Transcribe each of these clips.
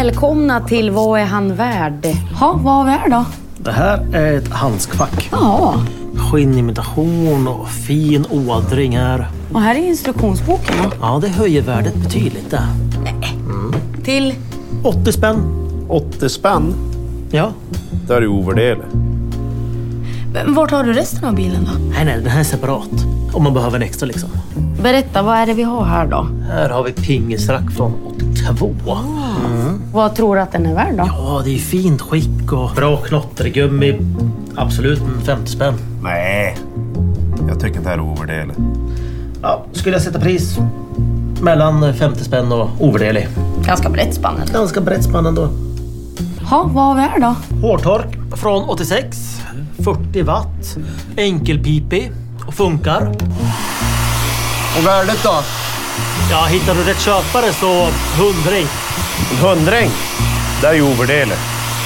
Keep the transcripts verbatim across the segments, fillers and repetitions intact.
Välkomna till Vad är han värd? Ja, vad har vi här då? Det här är ett handskfack. Ja. Skinnimitation och fin ådring här. Och här är instruktionsboken då? Ja, det höjer värdet betydligt det. Nej. Mm. Till? åttio spänn. åttio spänn? Ja. Det är ju ovärderligt. Men vart har du resten av bilen då? Nej, nej, den här är separat. Om man behöver en extra liksom. Berätta, vad är det vi har här då? Här har vi pingisrack från åttiotvå. Mm. Vad tror du att den är värd då? Ja, det är fint skick och bra knottergummi. Absolut en femtio spänn. Nej, jag tycker det här är ovärderligt. Ja, skulle jag sätta pris mellan femtio spänn och ovärderlig. Ganska brett spann ändå. Ganska brett spann ändå. Ja, vad har vi här då? Hårtork från åttiosex. fyrtio watt. Enkelpipig. Och funkar. Och värdet då? Ja, hittar du rätt köpare så hundring. En hundring? Det är ju ovärderligt.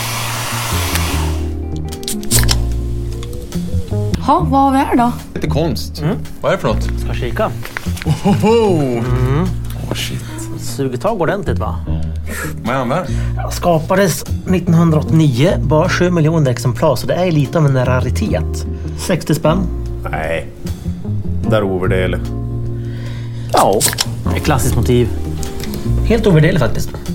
Ja, vad har vi här då? Lite konst. Mm. Vad är det för något? Ska kika. Ohoho! Mm. Åh, shit. Sugetag ordentligt va? Vad är han värd? Skapades nittonhundraåttionio. Bara sju miljoner exemplar. Så det är lite av en raritet. sextio spänn. Nej, det är ovärderligt. Ja, det är klassiskt motiv. Helt ovärderligt faktiskt.